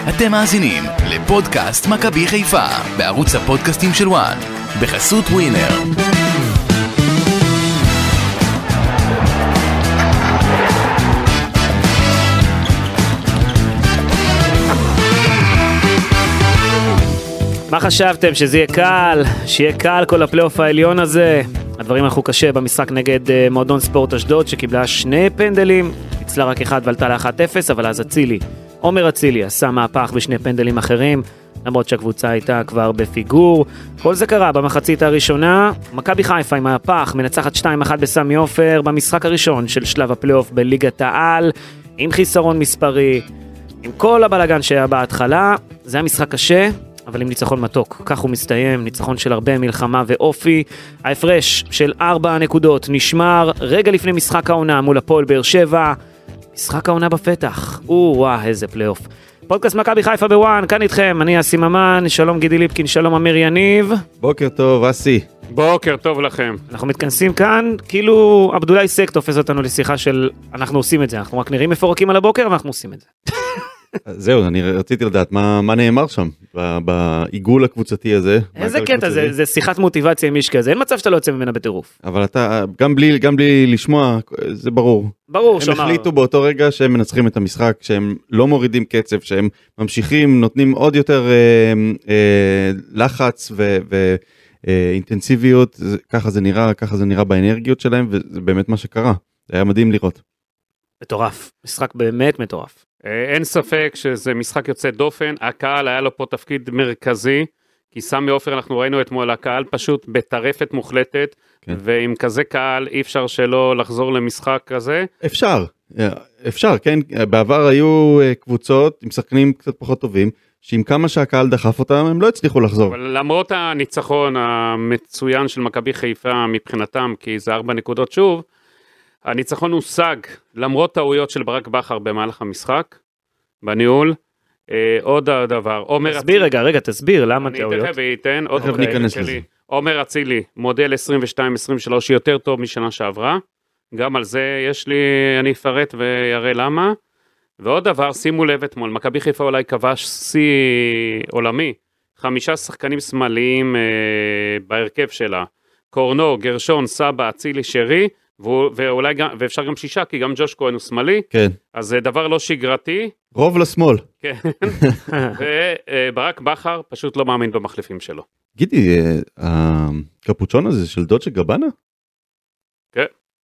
אתם מאזינים לפודקאסט מכבי חיפה בערוץ הפודקאסטים של וואן בחסות ווינר. מה חשבתם? שזה יהיה קל? שיהיה קל כל הפלייאוף העליון הזה? הדברים הלכו קשה במשחק נגד מועדון ספורט אשדוד שקיבלה 2 פנדלים, ניצלה רק 1 ועלתה ל-1-0, אבל אז עומר אצילי עשה מהפך ב2 פנדלים אחרים, למרות שהקבוצה הייתה כבר בפיגור. כל זה קרה במחצית הראשונה. מכבי חיפה עם מהפך מנצחת 2-1 בסמי עופר במשחק הראשון של שלב הפלייאוף בליגת העל, עם חיסרון מספרי, עם כל הבלגן שהיה בהתחלה. זה היה משחק קשה, אבל עם ניצחון מתוק. כך הוא מסתיים, ניצחון של הרבה מלחמה ואופי. ההפרש של 4 נקודות נשמר רגע לפני משחק העונה מול הפועל באר שבע. משחק העונה בפתח. וואו, איזה פלייאוף. פודקאסט מכבי חיפה בוואן, כאן איתכם, אני אסי ממן, שלום גידי ליפקין, שלום אמיר יניב. בוקר טוב, אסי. בוקר טוב לכם. אנחנו מתכנסים כאן, כאילו עבדולאי סק תופס אותנו לשיחה של אנחנו עושים את זה, אנחנו רק נראים מפורקים על הבוקר ואנחנו עושים את זה. זהו, אני רציתי לדעת מה נאמר שם, בעיגול הקבוצתי הזה. איזה קטע, זה שיחת מוטיבציה עם איש כזה, אין מצב שאתה לא יוצא ממנה בטירוף. אבל אתה, גם בלי לשמוע, זה ברור. ברור, הם החליטו באותו רגע שהם מנצחים את המשחק, שהם לא מורידים קצב, שהם ממשיכים, נותנים עוד יותר לחץ ואינטנסיביות, ככה זה נראה באנרגיות שלהם, וזה באמת מה שקרה. זה היה מדהים לראות. מטורף, משחק באמת מטורף. אין ספק שזה משחק יוצא דופן, הקהל היה לו פה תפקיד מרכזי, כי סמי עופר אנחנו ראינו אתמול, הקהל פשוט בטרפת מוחלטת, כן. ועם כזה קהל אי אפשר שלא לחזור למשחק כזה. אפשר, כן, בעבר היו קבוצות עם שחקנים קצת פחות טובים, שעם כמה שהקהל דחף אותם הם לא הצליחו לחזור. אבל למרות הניצחון המצוין של מכבי חיפה מבחינתם, כי זה 4 נקודות שוב, הניצחון הושג, למרות טעויות של ברק בכר במהלך המשחק, בניהול. עוד דבר, תסביר רגע, תסביר למה טעויות. אני תכף ואתן, עוד דבר שלי. עומר אצילי, מודל 22-23 יותר טוב משנה שעברה, גם על זה אני אפרט ויראה למה. ועוד דבר, שימו לב אתמול, מכבי חיפה אולי כבש שיא עולמי, 5 שחקנים שמאליים בהרכב שלה, קורנו, גרשון, סבא, אצילי, שרי, ואולי גם, ואפשר גם 6, כי גם ג'וש כהן הוא שמאלי, כן. אז זה דבר לא שגרתי. רוב לשמאל. כן, וברק בכר פשוט לא מאמין במחליפים שלו. גידי, הקפוצ'ון הזה של דוצ'ה גבנה? כן.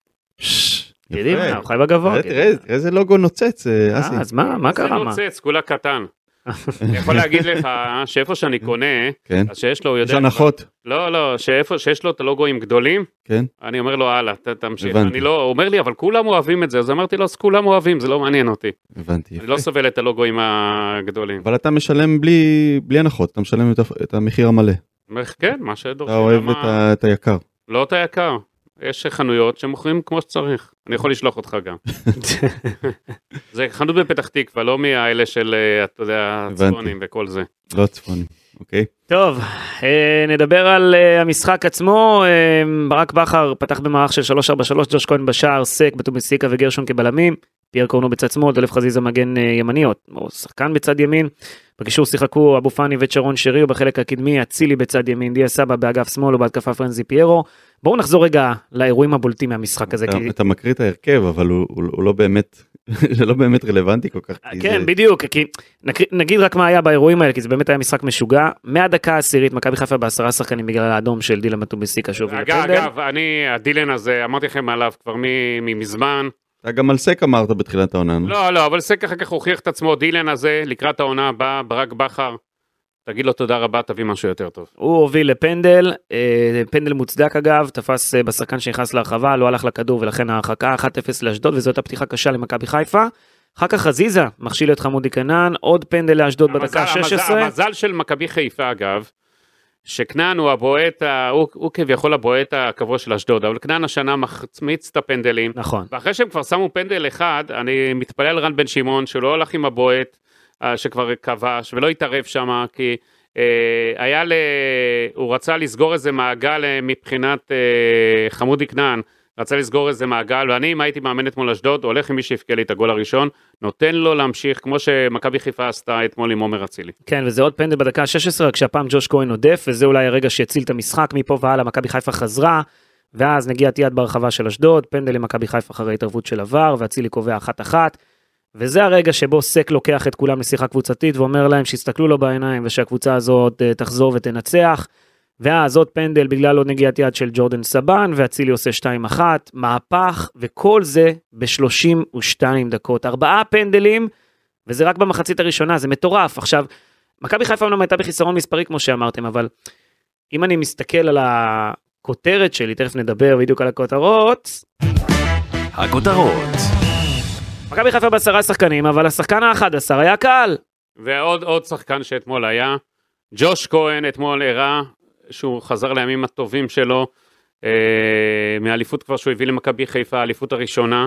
גידי, הוא חי בגבוה. תראה, איזה לוגו נוצץ, אסי. אז מה קרה? זה נוצץ, כולה קטן. אני יכול להגיד לך שאיפה שאני קונה, אז שיש לו, יש הנחות. לא, שאיפה שיש לו את הלוגויים גדולים, אני אומר לו, הלאה, תמשיך. הוא אומר לי, אבל כולם אוהבים את זה, אז אמרתי לו, אז כולם אוהבים, זה לא מעניין אותי. הבנתי. אני לא סובל את הלוגויים הגדולים. אבל אתה משלם בלי הנחות, אתה משלם את המחיר המלא. כן, מה שדורשים. אתה אוהב את היקר. לא את היקר. יש חנויות שמוכרים כמו שצריך. אני יכול לשלוח אותך גם. זה חנות בפתח תקווה, לא מהאלה של, אתה יודע, הצפונים וכל זה. לא הצפונים, אוקיי. טוב, נדבר על המשחק עצמו. ברק בכר פתח במערך של 3-4-3, ג'וש כהן בשער, סק, בטוביסיקה וגרשון כבלמים, פייר קורנו בצד שמאל, דולף חזיזה מגן ימני, או שחקן בצד ימין. בקישור שיחקו אבו פאני וצ'רון שרי, ובחלק הקדמי אצילי בצד ימין, דיה סבא באגף שמאל ובהתקפה פרנזי פיירו. בואו נחזור רגע לאירועים הבולטים מהמשחק הזה. אתה מקריא את ההרכב, אבל הוא לא באמת, זה לא באמת רלוונטי כל כך. כן, בדיוק, כי נגיד רק מה היה באירועים האלה, כי זה באמת היה משחק משוגע. מהדקה העשירית, מכבי חיפה ב10 שחקנים בגלל האדום של דילן בטוביסיקה שהוביל לפנדל. אגב, הדילן הזה, אמרתי לכם עליו כבר מזמן. אתה גם על סק אמרת בתחילת העונה. לא, אבל סק אחר כך הוכיח את עצמו, דילן הזה, לקראת העונה הבאה, ברק בכר, תגיד לו תודה רבה, תביא משהו יותר טוב. הוא הוביל לפנדל, פנדל מוצדק אגב, תפס בשחקן שנכנס להרחבה, לא הלך לכדור ולכן ההרחקה 1-0 לאשדוד, וזאת הפתיחה קשה למכבי חיפה. אחר כך חזיזה, מכשיל את חמודי כנען, עוד פנדל לאשדוד בדקה 16. המזל של מכבי חיפה אגב, שקנען הוא הבועט, הוא כביכול הבועט הקבוע של אשדוד, אבל קנען השנה מחמיץ את הפנדלים. נכון. ואחרי שהם כבר שמו פנדל אחד, אני מתפלל על רן בן שמעון, שלא הלך עם הבועט, שכבר כבש, ולא התערב שם, כי הוא רצה לסגור איזה מעגל מבחינת חמודי כנען, רצה לסגור איזה מעגל, ואני, אם הייתי מאמן אתמול אשדוד, הולך עם מי שיפקע לי את הגול הראשון, נותן לו להמשיך, כמו שמכבי חיפה עשתה אתמול עם עומר אצילי. כן, וזה עוד פנדל בדקה ה-16, רק שהפעם ג'וש כהן עודף, וזה אולי הרגע שהציל את המשחק, מפה והלאה, מכבי חיפה חזרה, ואז נגיעת יד ברחבה של אשדוד, פנדל למכבי חיפה אחרי התערבות של עבר, ואצילי קובע 1-1, וזה הרגע שבו סק לוקח את כולם לשיחה קבוצתית, ואומר להם שיסתכלו לו בעיניים, ושהקבוצה הזאת תחזור ותנצח, ואז עוד פנדל בגלל עוד נגיעת יד של ג'ורדן סבן, ואצילי עושה 2-1, מהפך, וכל זה ב-32 דקות, 4 פנדלים, וזה רק במחצית הראשונה, זה מטורף. עכשיו, מכבי חיפה אומנם הייתה בחיסרון מספרי כמו שאמרתם, אבל אם אני מסתכל על הכותרת שלי, תכף נדבר בדיוק על הכותרות. הכותרות. מכבי חיפה ב10 שחקנים, אבל השחקן ה-11 היה קל. ועוד שחקן שאתמול היה, ג'וש כהן אתמול הראה, שהוא חזר לימים הטובים שלו, מהאליפות כבר שהוא הביא למכבי חיפה, האליפות הראשונה,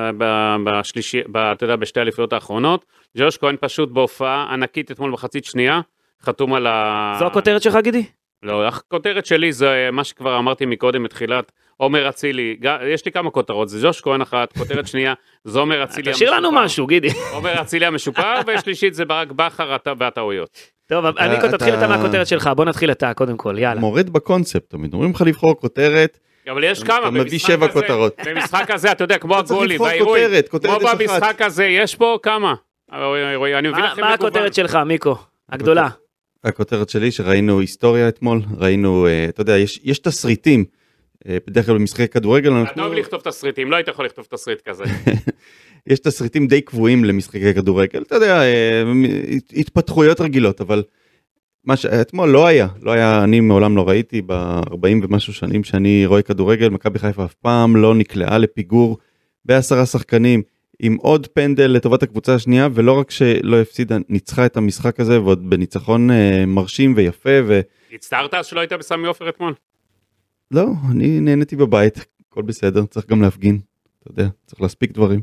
בשתי האליפויות האחרונות, ג'וש כהן פשוט בהופעה ענקית אתמול בחצית שנייה, חתום על זו הכותרת שלך, גידי? לא, הכותרת שלי זה מה שכבר אמרתי מקודם מתחילת, עומר אצילי, יש לי כמה כותרות, זה ג'וש כהן אחת, כותרת שנייה, זה עומר אצילי המשופר. תשאיר לנו משהו, גידי. עומר אצילי המשופר, ושלישית זה ברק בכר והטעויות. טוב, ניקו, תתחיל אתה מהכותרת שלך, בוא נתחיל אתה קודם כל, יאללה. מורד בקונספט, תמיד אומרים לך לבחור כותרת, אבל יש כמה, אתה מביא 7 כותרות. במשחק הזה, אתה יודע, כמו הגולים, כמו במשחק הזה, יש פה כמה. מה הכותרת שלך, מיקו? הגדולה. הכותרת שלי שראינו היסטוריה אתמול, ראינו, אתה יודע, יש תסריטים, בדרך כלל במשחקי כדורגל. אתה אוהב לכתוב תסריטים, לא היית יכול לכתוב תסריט כזה. יש תסריטים די קבועים למשחקי כדורגל, אתה יודע, התפתחויות רגילות, אבל אתמול לא היה, אני מעולם לא ראיתי, ב-40 ומשהו שנים שאני רואה כדורגל, מכבי חיפה אף פעם לא נקלעה לפיגור ב10 שחקנים, עם עוד פנדל לטובת הקבוצה השנייה, ולא רק שלא הפסידה, ניצחה את המשחק הזה, ועוד בניצחון מרשים ויפה. הצטערת אז שלא היית בסמי עופר אתמול? לא, אני נהניתי בבית, הכל בסדר, צריך גם להפגין, אתה יודע, צריך להספיק דברים.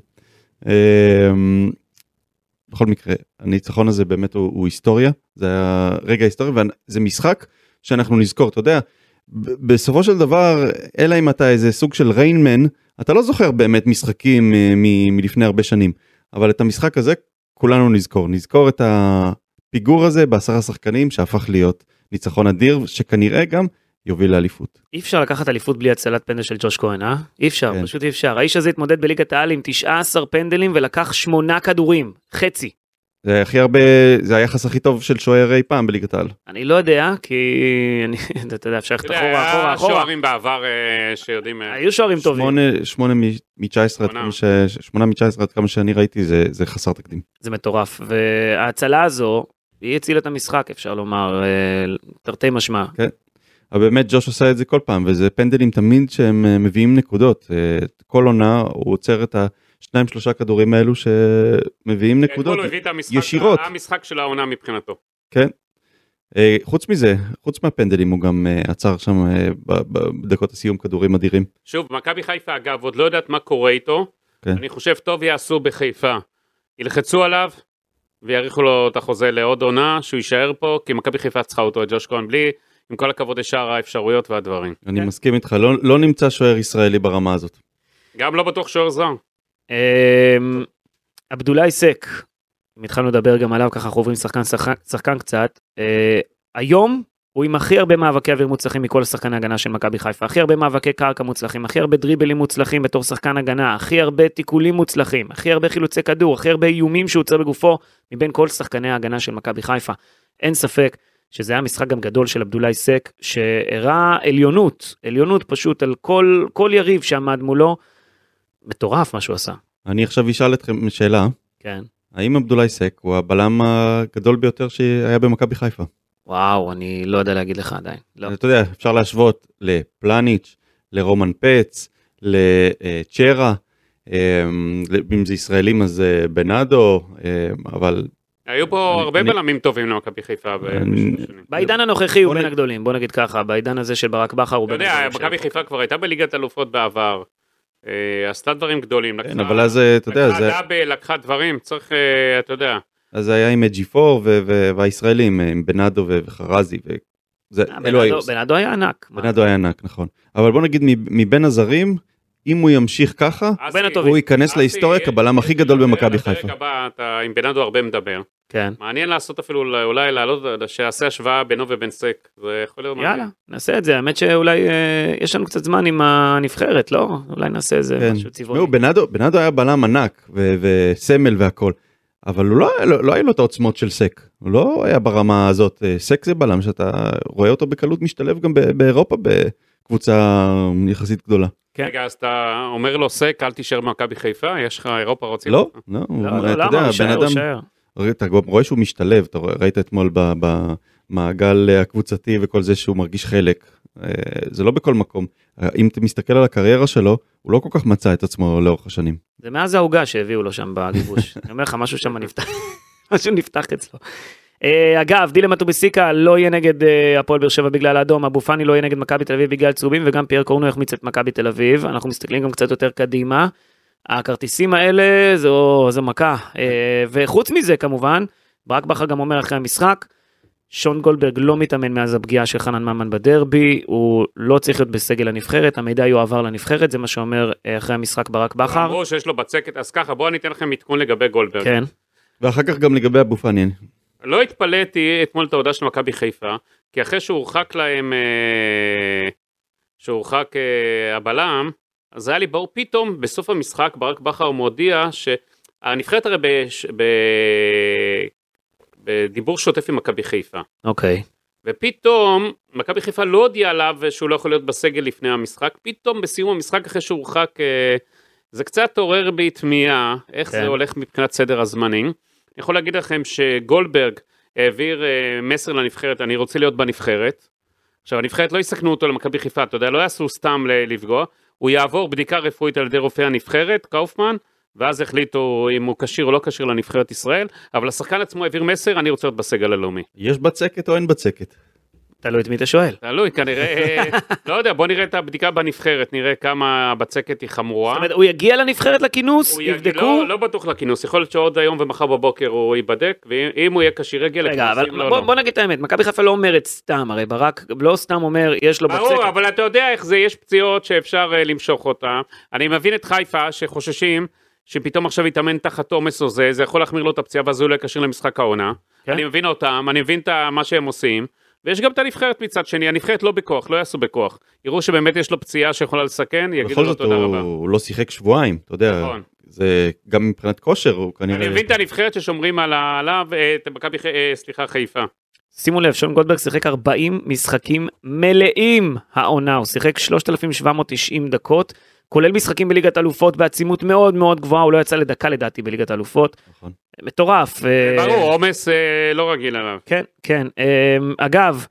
בכל מקרה, הניצחון הזה באמת הוא היסטוריה, זה היה רגע היסטורי, וזה משחק שאנחנו נזכור, אתה יודע, בסופו של דבר, אלא אם אתה איזה סוג של ריינמן, אתה לא זוכר באמת משחקים מלפני הרבה שנים, אבל את המשחק הזה כולנו נזכור את הפיגור הזה ב10 שחקנים שהפך להיות ניצחון אדיר, שכנראה גם יוביל לאליפות. אי אפשר לקחת אליפות בלי הצלת פנדל של ג'וש כהן, אי אפשר, פשוט אי אפשר. האיש הזה התמודד בליגת העל עם 19 פנדלים ולקח 8 כדורים, חצי. זה הכי הרבה, זה היחס הכי טוב של שוער אי פעם בליגת העל. אני לא יודע, כי אתה יודע, אפשר ללכת אחורה. היה שוערים בעבר שיודעים... היו שוערים טובים. 8 מ-19 עד כמה שאני ראיתי, זה חסר תקדים. זה מטורף, וההצלה הזו, היא הצילה את המשחק, אפשר לומר, תרתי משמע. כן. אבל באמת ג'וש עושה את זה כל פעם, וזה פנדלים תמיד שהם מביאים נקודות. כל עונה הוא עוצר את 2-3 כדורים האלו שמביאים נקודות ישירות. המשחק של העונה מבחינתו. כן. חוץ מזה, חוץ מהפנדלים הוא גם עצר שם בדקות הסיום כדורים אדירים. שוב, מכבי חיפה אגב עוד לא יודעת מה קורה איתו. אני חושב טוב יעשו בחיפה. ילחצו עליו ויאריכו לו את החוזה לעוד עונה שהוא יישאר פה, כי מכבי חיפה צריכה אותו את ג'וש כהן בלי... עם כל הכבוד לשאר האפשרויות והדברים. אני מסכים איתך, לא נמצא שוער ישראלי ברמה הזאת. גם לא בטוח שוער זר. עבדולאי סק, התחלנו לדבר גם עליו, ככה אנחנו עוברים שחקן קצת, היום הוא עם הכי הרבה מאבקי אוויר מוצלחים מכל שחקן ההגנה של מכבי חיפה, הכי הרבה מאבקי קרקע מוצלחים, הכי הרבה דריבלים מוצלחים בתור שחקן הגנה, הכי הרבה תיקולים מוצלחים, הכי הרבה חילוצי כדור, הכי הרבה איומים שהוא יוצר בגופו, מבין כל שחקני ההגנה של מכבי חיפה. אין ספק שזה היה משחק גם גדול של עבדולאי סק, שהראה עליונות פשוט על כל יריב שעמד מולו, מטורף מה שהוא עשה. אני עכשיו אשאל אתכם שאלה, כן. האם עבדולאי סק הוא הבלם הגדול ביותר שהיה במכבי חיפה? וואו, אני לא יודע להגיד לך עדיין. לא. אתה יודע, אפשר להשוות לפלניץ', לרומן פץ, לצ'רה, אם זה ישראלים אז בנאדו, אבל... היו פה הרבה בלמים טובים למכבי חיפה. בעידן הנוכחי הוא בין הגדולים, בוא נגיד ככה, בעידן הזה של ברק בכר הוא בין הגדולים. אתה יודע, מכבי חיפה כבר הייתה בליגת אלופות בעבר, עשתה דברים גדולים, לקחה דאבל, לקחה דברים, צריך, אתה יודע. אז זה היה עם ג'יפור והישראלים, עם בנאדו וחרזי. בנאדו היה ענק. בנאדו היה ענק, נכון. אבל בוא נגיד, מבין הזרים, אם הוא ימשיך ככה, הוא ייכנס להיסטוריה כבלם הכי גדול במכבי חיפה. אתה עם בנאדו הרבה מדבר. כן. מעניין לעשות אפילו, אולי לעלות, שיעשה השוואה בינו ובין סק. זה יכול להיות מעניין. יאללה, נעשה את זה. האמת שאולי יש לנו קצת זמן עם הנבחרת, לא? אולי נעשה איזה משהו צבעוני. בנאדו היה בלם ענק וסמל והכל, אבל הוא לא היה לו את העוצמות של סק. הוא לא היה ברמה הזאת. סק זה בלם שאתה רואה אותו בקלות משתלב גם באירופה בקבוצה יחסית גדולה. רגע, אז אתה אומר לו סק, אל תישאר במכבי חיפה, יש לך אירופה רוצים? לא, למה? הוא שער. אתה רואה שהוא משתלב, אתה ראית אתמול במעגל הקבוצתי וכל זה שהוא מרגיש חלק, זה לא בכל מקום. אם אתה מסתכל על הקריירה שלו, הוא לא כל כך מצא את עצמו לאורך השנים. זה מאז ההוגה שהביאו לו שם בגיבוש. אני אומר לך, משהו שם נפתח, משהו נפתח אצלו. אגב, דילמה טוביסיקה לא יהיה נגד הפועל באר שבע בגלל האדום, אבו פאני לא יהיה נגד מכבי תל אביב בגלל צהובים, וגם פייר קורנו יחמיץ את מכבי תל אביב. אנחנו מסתכלים גם קצת יותר קדימה. הכרטיסים האלה זו מכה. וחוץ מזה כמובן, ברק בכר גם אומר אחרי המשחק, שון גולדברג לא מתאמן מאז הפגיעה של חנן ממן בדרבי, הוא לא צריך להיות בסגל הנבחרת, המידע יועבר לנבחרת, זה מה שאומר אחרי המשחק ברק בכר. אמרו שיש לו בצקת, אז ככה, בואו ניתן לכם עדכון לגבי גולדברג. כן. ואחר כך גם לגבי אבו פאני. לא התפלאתי אתמול את ההודעה של מכבי חיפה, כי אחרי שהורחק להם, שהורחק הבלם, אז היה לי ברור פתאום בסוף המשחק, ברק בכר מודיע שהנבחרת הרי בדיבור שוטף עם מכבי חיפה. אוקיי. ופתאום מכבי חיפה לא הודיע עליו שהוא לא יכול להיות בסגל לפני המשחק, פתאום בסיום המשחק אחרי שהורחק, זה קצת עורר בי תמיהה, איך זה הולך מבחינת סדר הזמנים. אני יכול להגיד לכם שגולדברג העביר מסר לנבחרת, אני רוצה להיות בנבחרת. עכשיו, הנבחרת לא יסכנו אותו למכבי חיפה, אתה יודע, לא יעשו סתם לפגוע, הוא יעבור בדיקה רפואית על ידי רופא הנבחרת, קאופמן, ואז החליטו אם הוא קשיר או לא קשיר לנבחרת ישראל, אבל השחקן עצמו העביר מסר, אני רוצה להיות בסגל הלאומי. יש בצקת או אין בצקת? תלוי את מי אתה שואל. תלוי, כנראה, לא יודע, בוא נראה את הבדיקה בנבחרת, נראה כמה הבצקת היא חמורה. זאת אומרת, הוא יגיע לנבחרת לכינוס? יבדקו? לא בטוח לכינוס, יכול להיות שעוד היום ומחר בבוקר הוא ייבדק, ואם הוא יהיה קשיר יגיע לכינוס. רגע, אבל בוא נגיד את האמת, מכבי חיפה לא אומרת סתם, הרי ברק לא סתם אומר, יש לו בצקת. ברור, אבל אתה יודע איך זה, יש פציעות שאפשר למשוך אותה. אני מבין את חיפה שחוששים שפתאום עכשיו יתאמן תחת עומס או זה יכול להחמיר לו את הפציעה, ואז הוא לא יקשיר למשחק העונה. אני מבין אותם, אני מבין מה שהם עושים. ויש גם את הנבחרת מצד שני, הנבחרת לא בכוח, לא יעשו בכוח. יראו שבאמת יש לו פציעה שיכולה לסכן, יגידו לו תודה רבה. הוא לא שיחק שבועיים, אתה יודע, נכון. זה גם מבחינת כושר, הוא כנראה... אני מבין את הנבחרת ששומרים עליו, את מכבי חיפה. שימו לב, שון גולדברג שיחק 40 משחקים מלאים העונה, הוא שיחק 3,790 דקות, כולל משחקים בליגת אלופות בעצימות מאוד מאוד גבוהה, הוא לא יצא לדקה לדעתי בליגת אלופות. נכון. מטורף. ברור, עומס לא רגיל עליו. כן, כן. אגב,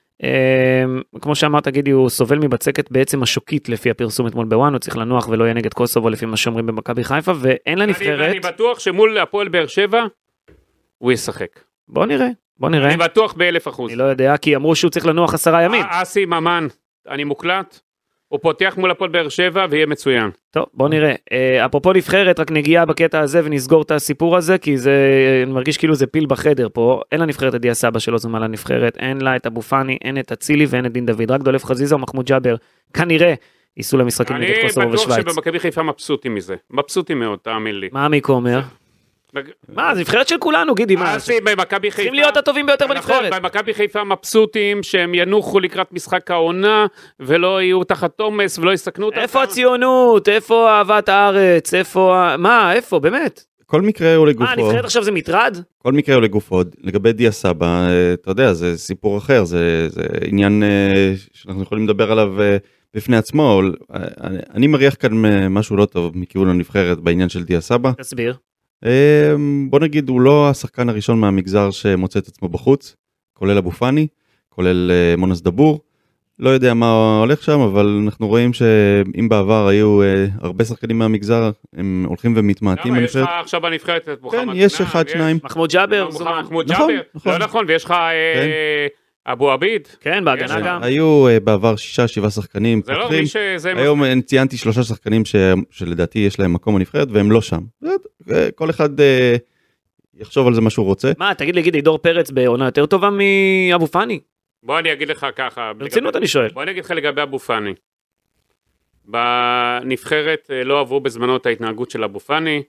כמו שאמרת, גידי, הוא סובל מבצקת בעצם השוקית לפי הפרסום אתמול בוואן, הוא צריך לנוח ולא יהיה נגד קוסובו לפי מה שאומרים במכבי חיפה, ואין לנבחרת... אני בטוח שמול הפועל באר שבע, הוא ישחק. בוא נראה. אני בטוח ב1,000%. אני לא יודע, כי אמרו שהוא צריך לנוח 10 ימים. אסי ממן, אני מוקלט. הוא פותח מול הפועל באר שבע ויהיה מצוין. טוב, בוא נראה. אפרופו נבחרת, רק נגיע בקטע הזה ונסגור את הסיפור הזה, כי זה, אני מרגיש כאילו זה פיל בחדר פה. אין לנבחרת את דיה סבא שלא זומה לנבחרת, אין לה את אבו פאני, אין את אצילי ואין את דין דוד. רק דולף חזיזה ומחמוד ג'אבר, כנראה, ייסעו למשחקים נגד קוסובו ושוויץ. אני בטוח שבמכבי חיפה מבסוטים מזה. מבסוטים מאוד, תאמין לי. מה מיקו אומר? מה, זה נבחרת של כולנו, גידי, מה? צריכים להיות הטובים ביותר בנבחרת. נכון, במכבי חיפה מבסוטים שהם ינוחו לקראת משחק העונה, ולא יהיו תחת עומס, ולא יסכנו אותם. איפה הציונות? איפה אהבת הארץ? איפה... מה? איפה? באמת? כל מקרה הוא לגופו. מה, נבחרת עכשיו זה מטרד? כל מקרה הוא לגופו. לגבי דיה סבא, אתה יודע, זה סיפור אחר, זה עניין שאנחנו יכולים לדבר עליו בפני עצמו. אני מריח כאן משהו לא טוב מכיוון הנבחרת בעניין של דיה סבא. תסביר. בוא נגיד, הוא לא השחקן הראשון מהמגזר שמוצא את עצמו בחוץ, כולל אבו פאני, כולל מונס דבור, לא יודע מה הולך שם, אבל אנחנו רואים שאם בעבר היו הרבה שחקנים מהמגזר, הם הולכים ומתמעטים. יש לך עכשיו בנבחרת את מוחמד. כן, יש אחד, שניים. מחמוד ג'אבר. מחמוד ג'אבר, לא נכון, ויש לך אבו עביד. כן, בהגנה גם. היו בעבר 6-7 שחקנים. זה לא מי שזה... היום ציינתי 3 שחקנים שלדעתי יש להם מקום בנבחרת, והם לא שם. כל אחד יחשוב על זה מה שהוא רוצה. מה, תגיד לי, גידי, דור פרץ בעונה יותר טובה מאבו פאני? בוא אני אגיד לך ככה. ברצינות אני שואל. בוא אני אגיד לך לגבי אבו פאני. בנבחרת לא עברו בזמנו את ההתנהגות של אבו פאני,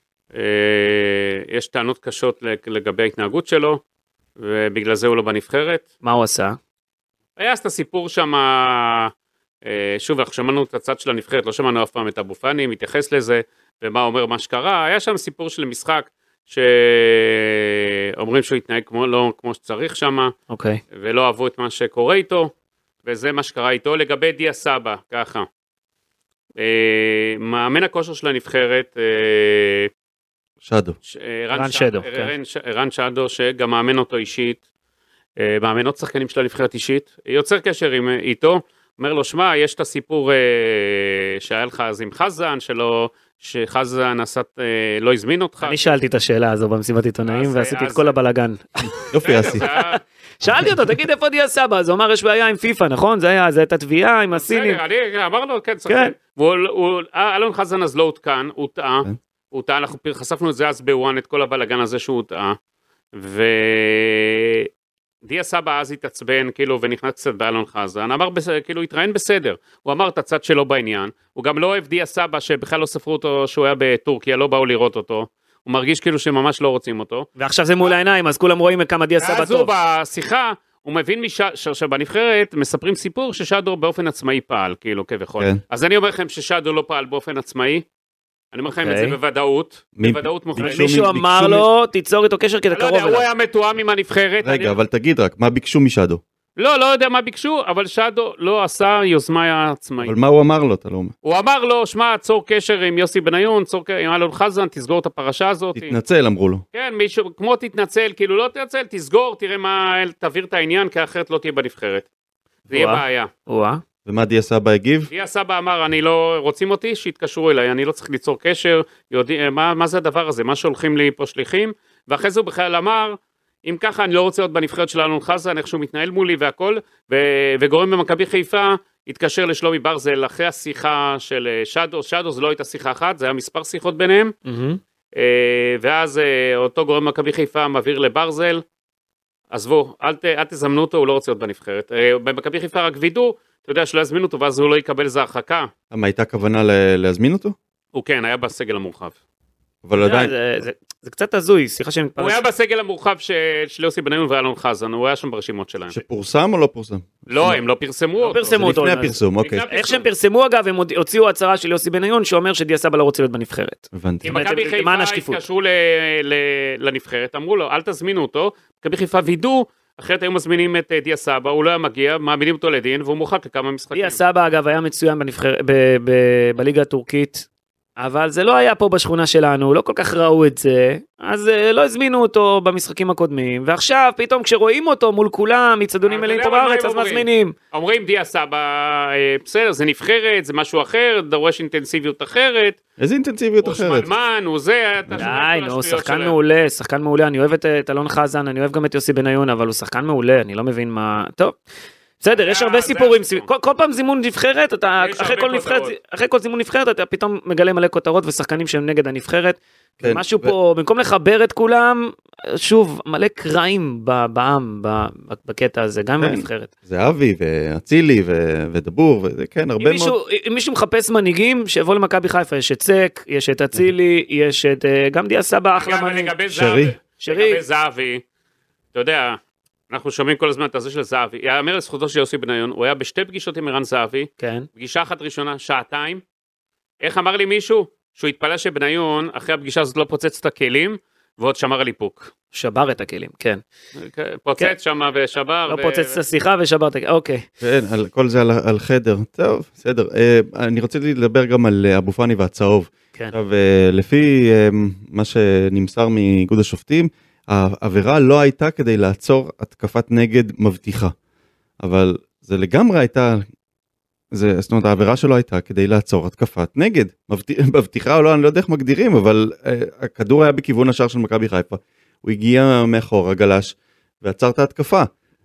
יש טענות קשות לגבי ההתנהגות שלו, ובגלל זה הוא לא בנבחרת. מה הוא עשה? היה את הסיפור שם, שוב, אנחנו שמענו את הצד של הנבחרת, לא שמענו אף פעם את אבו פאני, מתייחס לזה, ומה אומר מה שקרה, היה שם סיפור של משחק, שאומרים שהוא התנהג לא כמו שצריך שם, ולא אהבו את מה שקורה איתו, וזה מה שקרה איתו. לגבי דיה סבא, ככה, מאמן הכושר של הנבחרת, שדו. רן שדו, שגם מאמן אותו אישית, מאמן עוד שחקנים של הנבחרת אישית, יוצר קשר איתו, אומר לו, שמע, יש את הסיפור שהיה לך אז עם חזן, שחזן לא הזמין אותך. אני שאלתי את השאלה הזו במסיבת עיתונאים, ועשיתי את כל הבלגן. יופי, עשי. שאלתי אותו, תגיד איפה דיה סבא, אז הוא אמר, יש בעיה עם פיפה, נכון? זה הייתה תביעה עם הסינים. אני אמר לו, כן, שחקן. אלון חזן אז לא הותקן, הוא טעה, אנחנו חשפנו את זה אז בוואן, את כל הבלגן הזה שהוא טעה, דיה סבא אז התעצבן, כאילו, ונכנס קצת באלון חזן, אמר, כאילו, התראיין בסדר, הוא אמר את הצד שלו בעניין, הוא גם לא אוהב דיה סבא, שבכלל לא ספרו אותו שהוא היה בטורקיה, לא באו לראות אותו, הוא מרגיש כאילו שממש לא רוצים אותו. ועכשיו זה מול העיניים, אז כולם רואים כמה דיה סבא טוב. אז הוא בשיחה, הוא מבין שבנבחרת מספרים סיפור ששדו באופן עצמאי פעל, כאילו, כבכל. אז אני אומר לכם ששדו לא פעל באופן עצמאי, אני אומר לכם את זה בוודאות מוחלטת. מישהו אמר לו, תיצור איתו קשר כדי קרוב אליו. הוא היה מתואם עם הנבחרת. רגע, אבל תגיד רק, מה ביקשו משדו? לא יודע מה ביקשו, אבל שדו לא עשה יוזמה עצמאית. אבל מה הוא אמר לו, אתה לא אומר? הוא אמר לו, שמע, צור קשר עם יוסי בניון, צור קשר עם אלון חזן, תסגור את הפרשה הזאת. תתנצל, אמרו לו. כן, מישהו, כמו תתנצל, כאילו לא תתנצל, תסגור, תראה מה, תעביר את העניין, כי אחרת לא תהיה בנבחרת. זה יהיה בעיה. ומה דיה סבא הגיב? דיה סבא אמר, אני לא רוצים אותי, שיתקשרו אליי, אני לא צריך ליצור קשר, מה זה הדבר הזה, מה שהולכים לי פה שליחים, ואחרי זה הוא בכלל אמר, אם ככה אני לא רוצה עוד בנבחרת של אלון חזן, איך שהוא מתנהל מולי והכל, וגורם במכבי חיפה, התקשר לשלומי ברזל אחרי השיחה של שדו, זה לא הייתה שיחה אחת, זה היה מספר שיחות ביניהם, ואז אותו גורם במכבי חיפה מעביר לברזל, עזבו, אל תזמנו אותו, הוא לא רוצה עוד בנבחרת, במכבי חיפה רק וידאו, אתה יודע שלא יזמין אותו, ואז הוא לא יקבל איזה הרחקה. מה, הייתה כוונה להזמין אותו? הוא כן, היה בסגל המורחב. אבל עדיין... זה קצת הזוי, סליחה שאני מתפרש. הוא היה בסגל המורחב של יוסי בניון ואלון חזן, הוא היה שם ברשימות שלהם. שפורסם או לא פורסם? לא, הם לא פרסמו אותו. לפני הפרסום, אוקיי. איך שהם פרסמו אגב, הם הוציאו הצהרה של יוסי בניון, שאומר שדיה סבא לא רוצה להיות בנבחרת. הבנתי. כי מכבי חיפה התקשרו לנבחרת, אמרו לו, אל תזמינו אותו, מכבי חיפה וידאו, אחרת היו מזמינים את דיה סבא, הוא לא היה מגיע, מעמידים אותו לדין, והוא מורחק לכמה משחקים. דיה סבא אגב היה מצוין בליגה הטורקית, אבל זה לא היה פה בשכונה שלנו, לא כל כך ראו את זה, אז לא הזמינו אותו במשחקים הקודמים, ועכשיו פתאום כשרואים אותו מול כולם, מצדונים מלאים פה בארץ, אז מזמינים. אומרים דיה סבא, בסדר, זה נבחרת, זה משהו אחר, דורש אינטנסיביות אחרת. איזה אינטנסיביות אחרת? הוא שמלמן, הוא זה, די, נו, שחקן מעולה, אני אוהב את אלון חזן, אני אוהב גם את יוסי בניון, אבל הוא שחקן מעולה, אני לא מבין מה... טוב. בסדר, יש הרבה סיפורים, כל פעם זימון נבחרת, אחרי כל זימון נבחרת, אתה פתאום מגלה מלא כותרות ושחקנים שהם נגד הנבחרת, משהו פה, במקום לחבר את כולם, שוב, מלא קרעים בעם, בקטע הזה, גם עם הנבחרת. זה אבי ואצילי ודבור, וזה כן, הרבה מאוד. אם מישהו מחפש מנהיגים, שיבוא למכבי חיפה, יש את צק, יש את אצילי, יש את, גם דיה סבא, אחלה מנהיג. לגבי זהבי, אתה יודע, אנחנו שומעים כל הזמן את הזה של זהבי, יאמר לזכותו של יוסי בניון, הוא היה בשתי פגישות עם ערן זהבי, פגישה אחת ראשונה, שעתיים, איך אמר לי מישהו? שהוא התפלא שבניון, אחרי הפגישה הזאת לא פוצץ את הכלים, ועוד שמר על איפוק. שבר את הכלים, כן. פוצץ שמה ושבר. לא פוצץ את השיחה ושבר את הכלים, אוקיי. כן, כל זה על חדר, טוב, בסדר. אני רוצה לדבר גם על אבו פאני והצהוב. עכשיו, לפי מה שנמסר מאיגוד השופטים, העבירה לא הייתה כדי לעצור התקפת נגד מבטיחה, אבל זה לגמרי הייתה, זאת אומרת, העבירה שלו הייתה כדי לעצור התקפת נגד, מבטיחה או לא, אני לא יודע איך מגדירים, אבל הכדור היה בכיוון השער של מכבי חיפה, הוא הגיע מאחור, גלש, ועצר את ההתקפה.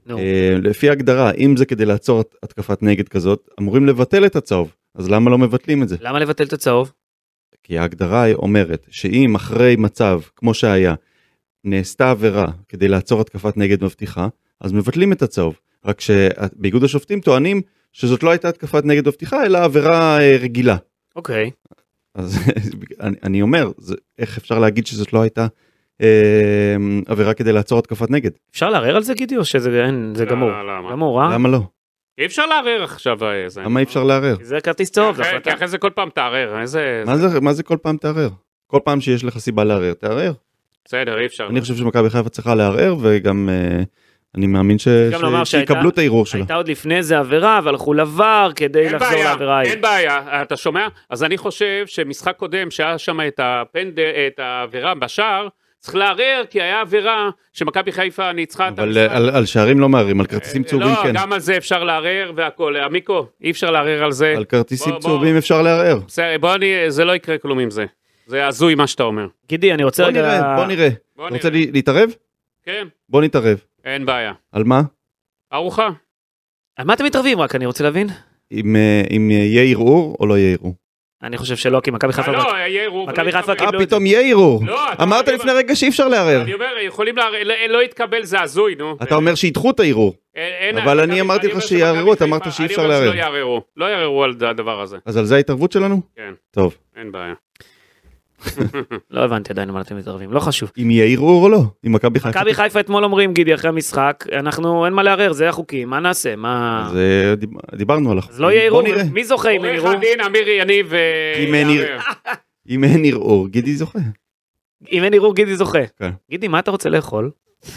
לפי ההגדרה, אם זה כדי לעצור התקפת נגד כזאת, אמורים לבטל את הצהוב, אז למה לא מבטלים את זה? למה לבטל את הצהוב? כי ההגדרה אומרת, שאם אחרי מצב, כמו שהיה, נעשתה עבירה כדי לעצור התקפת נגד מבטיחה, אז מבטלים את הצהוב. רק שבאיגוד השופטים טוענים שזאת לא הייתה התקפת נגד בפתיחה, אלא עבירה רגילה. אוקיי. אז אני אומר, איך אפשר להגיד שזאת לא הייתה עבירה כדי לעצור התקפת נגד? אפשר לערער על זה גידי או שזה גמור? גמור, אה? למה לא? אי אפשר לערער עכשיו. למה אי אפשר לערער? זה כרטיס צהוב. כי אחרי זה כל פעם תערער. מה זה כל פעם תערער? כל פעם שיש לך סיבה לערער, תערער. בסדר, אי אפשר. אני חושב שמכבי חיפה צריכה לערער, וגם אני מאמין שיקבלו את הערעור שלה. הייתה עוד לפני זה עבירה, אבל הלכו לבר כדי לחזור לעבירה. אין בעיה, אתה שומע? אז אני חושב שמשחק קודם שהיה שם את העבירה בשער, צריך לערער, כי היה עבירה שמכבי חיפה ניצחה את המשחק. אבל על שערים לא מערערים, על כרטיסים צהובים כן. לא, גם על זה אפשר לערער והכל. עמיקו, אי אפשר לערער על זה. על כרטיסים צהובים אפשר לערער. זה לא יקרה כלום עם זה. זה הזוי מה שאתה אומר. גידי, אני רוצה רגע... בוא נראה. אתה רוצה להתערב? כן. בוא נתערב. אין בעיה. על מה? ארוחה. על מה אתם מתערבים רק, אני רוצה להבין? אם יהיה ערעור או לא יהיה ערעור. אני חושב שלא, כי מכבי חיפה... לא, יהיה ערעור. מכבי חיפה קיבלו את זה. פתאום יהיה ערעור. אמרת לפני רגע שאי אפשר לערער. אני אומר, יכולים לערער, לא יתקבל, זה הזוי, נו. אתה אומר שידחו את הערעור. אבל אני אמרתי לך שיערערו, אתה אמרת שאי אפשר לערער. אני אומר שלא יערערו על הדבר הזה. אז על זה ההתערבות שלנו? כן. טוב. אין בעיה. לא הבנתי עדיין מה אתם מתערבים, לא חשוב. אם יהיה ערעור או לא? אם מכבי חיפה... מכבי חיפה אתמול אומרים, גידי, אחרי המשחק, אנחנו אין מה לערער, זה החוקים, מה נעשה? אז דיברנו על החוקים. אז לא יהיה ערעור, מי זוכה אם אין ערעור? עורך הדין, אמירי, יניב אם אין ערעור, גידי זוכה. אם אין ערעור, גידי זוכה. כן. גידי, מה אתה רוצה לאכול?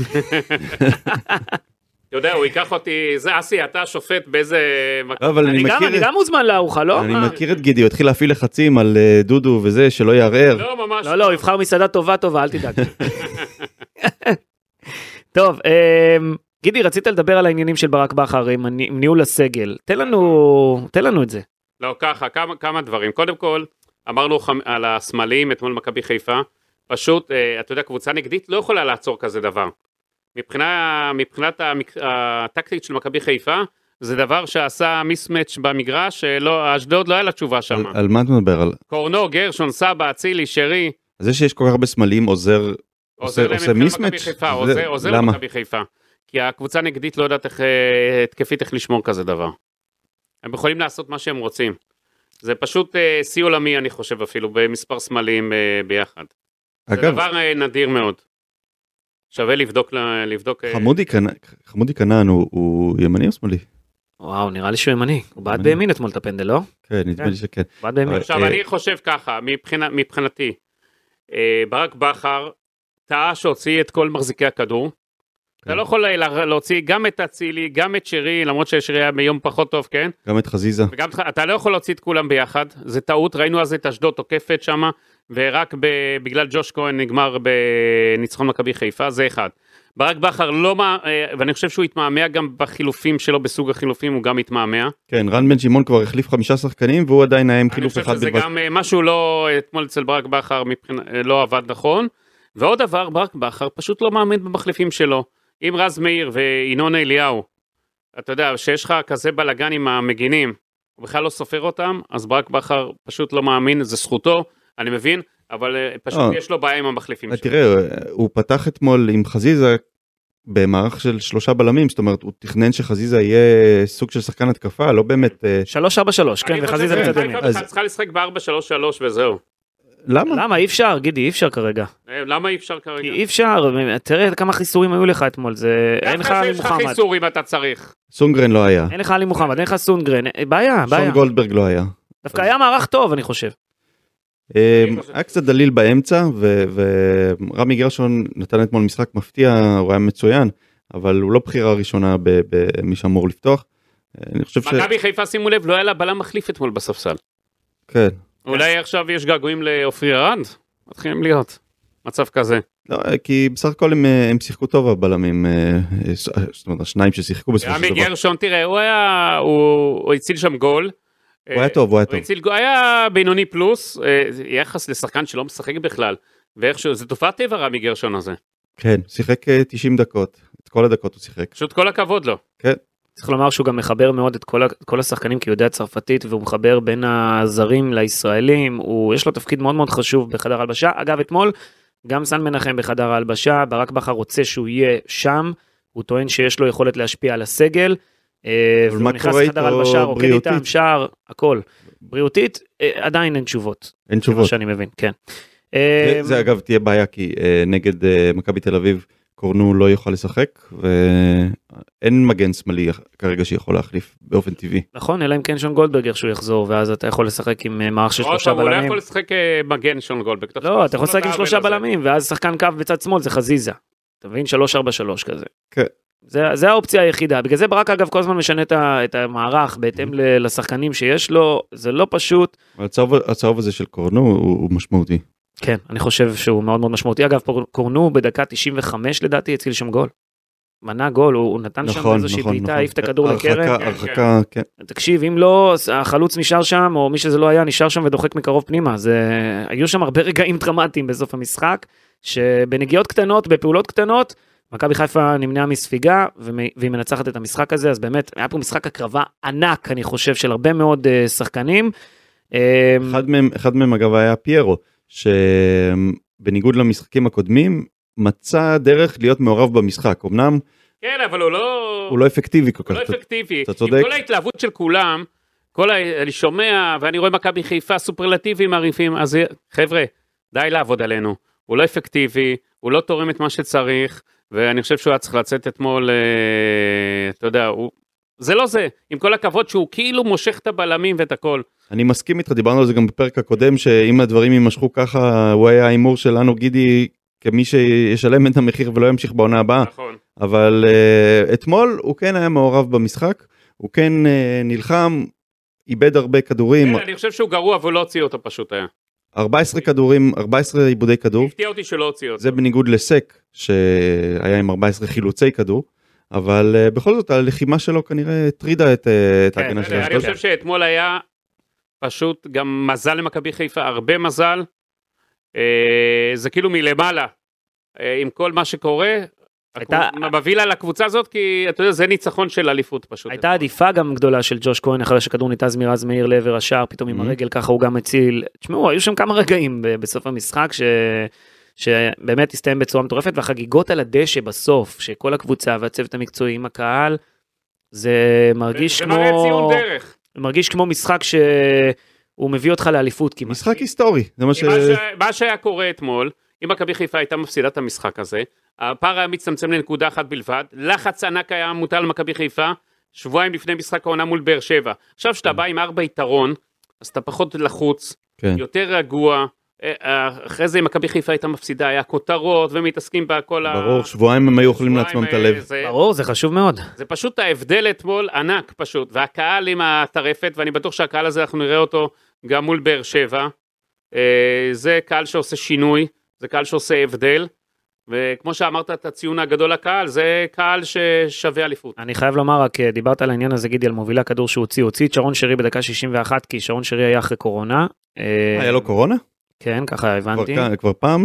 אתה יודע, הוא ייקח אותי, זה אסי, אתה שופט באיזה... אני גם מוזמן לארוחה, לא? אני מכיר את גידי, הוא התחיל להפעיל לחצים על דודו וזה, שלא יערער. לא, ממש לא, הוא יבחר מסעדה טובה, אל תדאג. טוב, גידי, רצית לדבר על העניינים של ברק בכר עם ניהול הסגל. תן לנו את זה. לא, ככה, כמה דברים. קודם כל, אמרנו על הסמלים, אתמול מכבי חיפה, פשוט, אתה יודע, קבוצה נגדית לא יכולה לעצור כזה דבר. מבחינת הטקטית של מכבי חיפה, זה דבר שעשה מיסמץ' במגרש, אשדוד לא היה לה תשובה שם. על מה אתה מדבר? קורנו, גרשון, סבא, אצילי, שרי. זה שיש כל כך הרבה סמלים עושה מיסמץ'? עוזר למכבי חיפה. כי הקבוצה נגדית לא יודעת התקפית איך לשמור כזה דבר. הם יכולים לעשות מה שהם רוצים. זה פשוט שיא עולמי, אני חושב אפילו, במספר סמלים ביחד. זה דבר נדיר מאוד. שווה לבדוק. חמודי קנן הוא ימני או שמאלי? וואו, נראה לי שהוא ימני. הוא בעט בימין אתמול את הפנדל, לא? כן, נדמה לי שכן. בעט בימין. עכשיו, אני חושב ככה, מבחינתי, ברק בכר טעה שהוציא את כל מחזיקי הכדור. אתה לא יכול להוציא גם את אצילי, גם את שרי, למרות ששרי היה ביום פחות טוב, כן? גם את חזיזה. אתה לא יכול להוציא את כולם ביחד, זה טעות, ראינו אז את אשדוד תוקפת שמה, ורק בגלל ג'וש כהן נגמר בניצחון מכבי חיפה, זה אחד. ברק בכר לא, ואני חושב שהוא התמהמה גם בחילופים שלו, בסוג החילופים הוא גם התמהמה. כן, רן בן שמעון כבר החליף 5 שחקנים, והוא עדיין היה עם חילוף אחד בלבד. אני חושב שזה גם משהו לא, אתמול אצל ברק בכר לא עבד נכון, ועוד דבר, ברק בכר פשוט לא מאמין במחליפים שלו. אם רז מאיר וינון אליהו, אתה יודע, שיש לך כזה בלגן עם המגינים, הוא בכלל לא סופר אותם, אז ברק בכר פשוט לא מאמין, זה זכותו, אני מבין, אבל פשוט יש לו בעיה עם המחליפים שלו. תראה, הוא פתח אתמול עם חזיזה במערך של 3 בלמים, זאת אומרת, הוא תכנן שחזיזה יהיה סוג של שחקן התקפה, לא באמת... 3-4-3, כן, וחזיזה בצד ימין. אני חושב צריכה לשחק ב-4-3-3 וזהו. למה? למה? אי אפשר, גידי, אי אפשר כרגע. למה אי אפשר כרגע? אי אפשר, תראה כמה חיסורים היו לך אתמול, זה... אין לך עלי מוחמד. יש לך חיסורים אתה צריך. סונגרן לא היה. אין לך עלי מוחמד, אין לך סונגרן, בעיה. שון גולדברג לא היה. דווקא היה מערך טוב, אני חושב. היה קצת דליל באמצע, ורמי גרשון נתן אתמול משחק מפתיע, הוא היה מצוין, אבל הוא לא בחירה ראשונה במי שאמור לפתוח. מכבי חיפה, שימו לב, לא היה לה בלם מחליף אתמול בספסל. כן. אולי עכשיו יש געגועים לאופיר ארד? מתחילים להיות מצב כזה. לא, כי בסך הכל הם שיחקו טוב הבלמים, זאת אומרת, 2 ששיחקו בסופו של דבר. רמי גרשון, תראה, הוא הציל שם גול. הוא היה טוב, הוא היה בינוני פלוס, יחס לשחקן שלא משחק בכלל, ואיכשהו, זה תופעת טבע רמי גרשון הזה. כן, שיחק 90 דקות, את כל הדקות הוא שיחק. פשוט כל הכבוד לו. כן. צריך לומר שהוא גם מחבר מאוד את כל השחקנים, כי הוא יודע צרפתית, והוא מחבר בין הזרים לישראלים, יש לו תפקיד מאוד מאוד חשוב בחדר הלבשה. אגב, אתמול, גם סן מנחם בחדר ההלבשה, ברק בכר רוצה שהוא יהיה שם, הוא טוען שיש לו יכולת להשפיע על הסגל, והוא נכנס לחדר הלבשה, רוקד איתם, שער, הכל. בריאותית, עדיין אין תשובות. אין תשובות. שאני מבין, כן. זה אגב תהיה בעיה, כי נגד מכבי תל אביב, קורנו לא יוכל לשחק, ואין מגן שמאלי כרגע שיכול להחליף באופן טבעי. נכון, אלא אם כן שון גולדברגר שהוא יחזור, ואז אתה יכול לשחק עם מערך של 3 בלמים. הוא לא יכול לשחק מגן שון גולדברג. לא, אתה יכול לשחק עם 3 בלמים, ואז שחקן קו בצד שמאל זה חזיזה. אתה מבין? 3-4-3 כזה. כן. זה האופציה היחידה. בגלל זה ברק אגב כל הזמן משנה את המערך בהתאם לשחקנים שיש לו, זה לא פשוט. הצהוב הזה של קורנו הוא משמעותי. כן, אני חושב שהוא מאוד מאוד משמעותי. אגב, קורנו בדקה 95 לדעתי הציל שם גול. מנה גול, הוא נתן שם איזושהי בעיטה, העיף את הכדור לקרן. הרחקה, כן. תקשיב, אם לא, החלוץ נשאר שם, או מי שזה לא היה, נשאר שם ודוחק מקרוב פנימה. היו שם הרבה רגעים דרמטיים בסוף המשחק, שבנגיעות קטנות, בפעולות קטנות, מכבי חיפה נמנעה מספיגה, והיא מנצחת את המשחק הזה, אז באמת, היה פה משחק הקרבה ענק, אני חושב, של הרבה מאוד שחקנים. אחד מהם אגב היה פיירו, שבניגוד למשחקים הקודמים, מצא דרך להיות מעורב במשחק, אמנם... כן, אבל הוא לא אפקטיבי כל כך. הוא לא אפקטיבי. אתה צודק. עם כל ההתלהבות של כולם, אני שומע, ואני רואה מכבי חיפה סופרלטיביים מעריפים, אז חבר'ה, די לעבוד עלינו. הוא לא אפקטיבי, הוא לא תורם את מה שצריך, ואני חושב שהוא היה צריך לצאת אתמול, אתה יודע, זה לא זה, עם כל הכבוד שהוא כאילו מושך את הבלמים ואת הכל. אני מסכים איתך, דיברנו על זה גם בפרק הקודם, שאם הדברים יימשכו ככה, הוא היה האימור שלנו, גידי, כמי שישלם את המחיר ולא ימשיך בעונה הבאה. נכון. אבל אתמול הוא כן היה מעורב במשחק, הוא כן נלחם, איבד הרבה כדורים. כן, אני חושב שהוא גרוע ולא הוציא אותו פשוט היה. 14 כדורים, 14 עיבודי כדור. הפתיע אותי שלא הוציא אותו. זה בניגוד לסק, שהיה עם 14 חילוצי כדור, אבל בכל זאת הלחימה שלו כנראה הטרידה את ההגנה שלו. אני חושב שאתמול היה פשוט גם מזל למכבי חיפה, הרבה מזל. זה כאילו מלמעלה, עם כל מה שקורה, מביא לה לקבוצה הזאת, כי אתה יודע, זה ניצחון של אליפות פשוט. הייתה עדיפה גם גדולה של ג'וש כהן, אחרי שכדור ניתז מרז מאיר לעבר השער, פתאום עם הרגל, ככה הוא גם הציל. תשמעו, היו שם כמה רגעים בסוף המשחק, שבאמת הסתיים בצורה מטורפת, והחגיגות על הדשא בסוף, שכל הקבוצה והצוות המקצועי עם הקהל, זה מרגיש כמו... זה מראה ציון דרך. מרגיש כמו משחק שהוא מביא אותך לאליפות כמעט. משחק היסטורי. מה שהיה קורה אתמול, אם מכבי חיפה הייתה מפסידה את המשחק הזה, הפער היה מצטמצם לנקודה אחת בלבד, לחץ ענק היה מוטל למכבי חיפה, שבועיים לפני משחק העונה מול באר שבע. עכשיו שאתה בא עם 4 יתרון, אז אתה פחות לחוץ, יותר רגוע, אחרי זה אם מכבי חיפה הייתה מפסידה, היה כותרות ומתעסקים בכל ברור, שבועיים הם היו אוכלים לעצמם את הלב. ברור, זה חשוב מאוד. זה פשוט ההבדל אתמול ענק פשוט, והקהל עם הטרפת, ואני בטוח שהקהל הזה אנחנו נראה אותו גם מול באר שבע, זה קהל שעושה שינוי, זה קהל שעושה הבדל, וכמו שאמרת את הציון הגדול לקהל, זה קהל ששווה אליפות. אני חייב לומר, רק דיברת על העניין הזה, גידי, על מובילי הכדור שהוא הוציא את שרון שרי בדקה 61, כי שרון שרי היה אחרי קורונה. היה לו קורונה? כן, ככה הבנתי. כבר פעם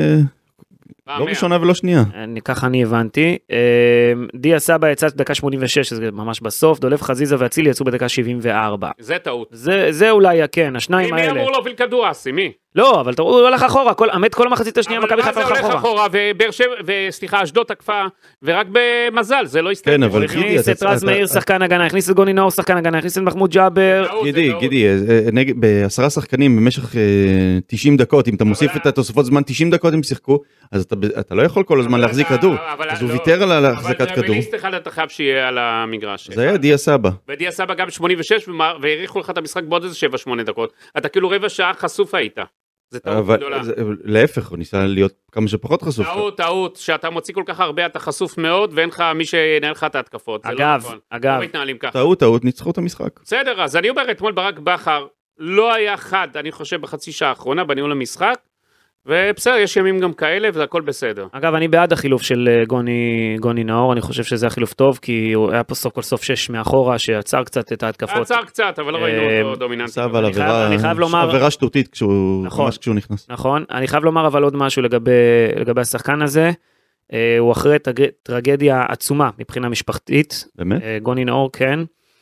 לא ראשונה ולא שנייה. ככה אני הבנתי. דיה סבא יצא בדקה 86, שזה ממש בסוף, דולב חזיזה ואצילי יצאו בדקה 74. זה טעות. זה אולי, כן, השניים האלה. מי אמור להוביל כדור אסי, מי? לא, אבל הוא הולך אחורה, כל המחצית השנייה מכבי חיפה הולך אחורה. וסליחה, אשדוד תקפה, ורק במזל, זה לא הסתכל. כן, אבל הכניס את רז מאיר שחקן הגנה, הכניס את גוני נאור שחקן הגנה, הכניס את מחמוד ג'אבר. גידי, ב10 שחקנים במשך 90 דקות, אם אתה מוסיף את התוספות זמן 90 דקות הם שיחקו, אז אתה לא יכול כל הזמן להחזיק כדור. אז הוא ויתר על החזקת כדור. אבל בליסט אחד אתה חייב שיהיה על המגרש. זה היה דיה סבא. ודיה סבא גם 86, והאריכו לך את המשחק בעוד איזה 7-8 דקות. אתה כאילו רבע שעה חשוף היית. זה טעות גדולה. להפך, הוא ניסה להיות כמה שפחות חשוף. טעות, שאתה מוציא כל כך הרבה, אתה חשוף מאוד, ואין לך מי שינהל לך את ההתקפות. אגב, טעות, ניצחו את המשחק. בסדר, אז אני אומר, אתמול ברק בכר לא היה חד, אני חושב בחצי שעה האחרונה, בניהול המשחק, ובסדר, יש ימים גם כאלה, וזה הכל בסדר. אגב, אני בעד החילוף של גוני נאור, אני חושב שזה החילוף טוב, כי הוא היה פה סוף כל סוף 6 מאחורה, שעצר קצת את ההתקפות. עצר קצת, אבל לא ראינו אותו דומיננטי. אני חייב לומר... עבירה שטותית, ממש כשהוא נכנס. נכון, אני חייב לומר אבל עוד משהו לגבי השחקן הזה, הוא אחרי טרגדיה עצומה מבחינה משפחתית. באמת? גוני נאור, כן.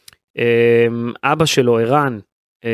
אבא שלו, ערן,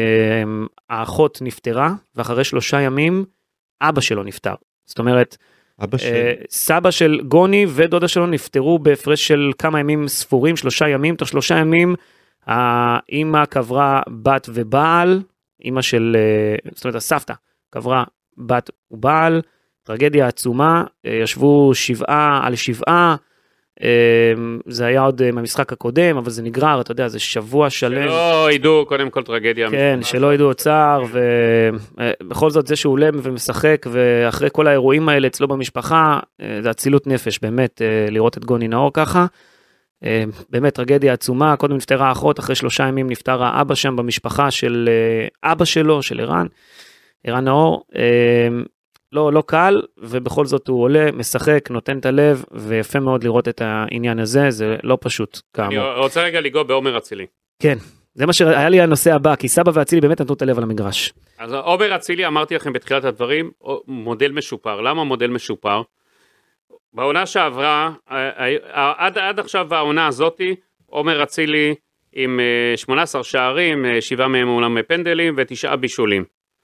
האחות נפטרה, ואחרי 3 ימים, אבא שלו נפטר. זאת אומרת, סבא של גוני ודודה שלו נפטרו בהפרש של כמה ימים ספורים, 3 ימים, תוך 3 ימים, האמא קברה בת ובעל, אמא של, זאת אומרת הסבתא, קברה בת ובעל, טרגדיה עצומה, ישבו 7 על 7, זה היה עוד מהמשחק הקודם, אבל זה נגרר, אתה יודע, זה שבוע שלם. שלא ידעו, קודם כל טרגדיה. כן, שלא ידעו צער, ובכל זאת זה שהוא עולה ומשחק, ואחרי כל האירועים האלה אצלו במשפחה, זה אצילות נפש, באמת, לראות את גוני נאור ככה. באמת טרגדיה עצומה, קודם נפטרה האחות, אחרי 3 ימים נפטר האבא שם במשפחה של אבא שלו, של ערן נאור. לא קל, ובכל זאת הוא עולה, משחק, נותן את הלב, ויפה מאוד לראות את העניין הזה, זה לא פשוט כאמור. אני רוצה רגע לגוע בעומר אצילי. כן, זה מה שהיה לי הנושא הבא, כי סבא ואצילי באמת נתנו את הלב על המגרש. אז עומר אצילי, אמרתי לכם בתחילת הדברים, מודל משופר. למה מודל משופר? בעונה שעברה, עד עכשיו העונה הזאתי, עומר אצילי עם 18 שערים, 7 מהם אולם פנדלים ו9 בישולים.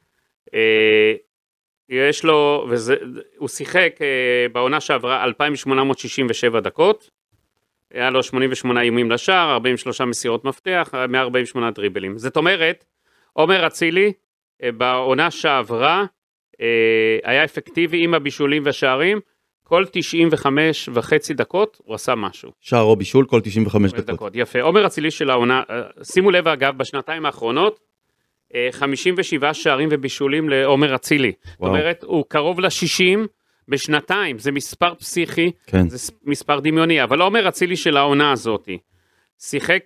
יש לו, הוא שיחק בעונה שעברה 2,867 דקות, היה לו 88 איומים לשער, 43 מסירות מפתח, 148 דריבלים. זאת אומרת, עומר אצילי בעונה שעברה היה אפקטיבי עם הבישולים והשערים, כל 95.5 דקות הוא עשה משהו. שער או בישול כל 95 דקות. יפה. עומר אצילי של העונה, שימו לב אגב, בשנתיים האחרונות, 57 שערים ובישולים לעומר אצילי. זאת אומרת, הוא קרוב ל-60 בשנתיים, זה מספר פסיכי, כן. זה מספר דמיוני, אבל עומר אצילי של העונה הזאת, שיחק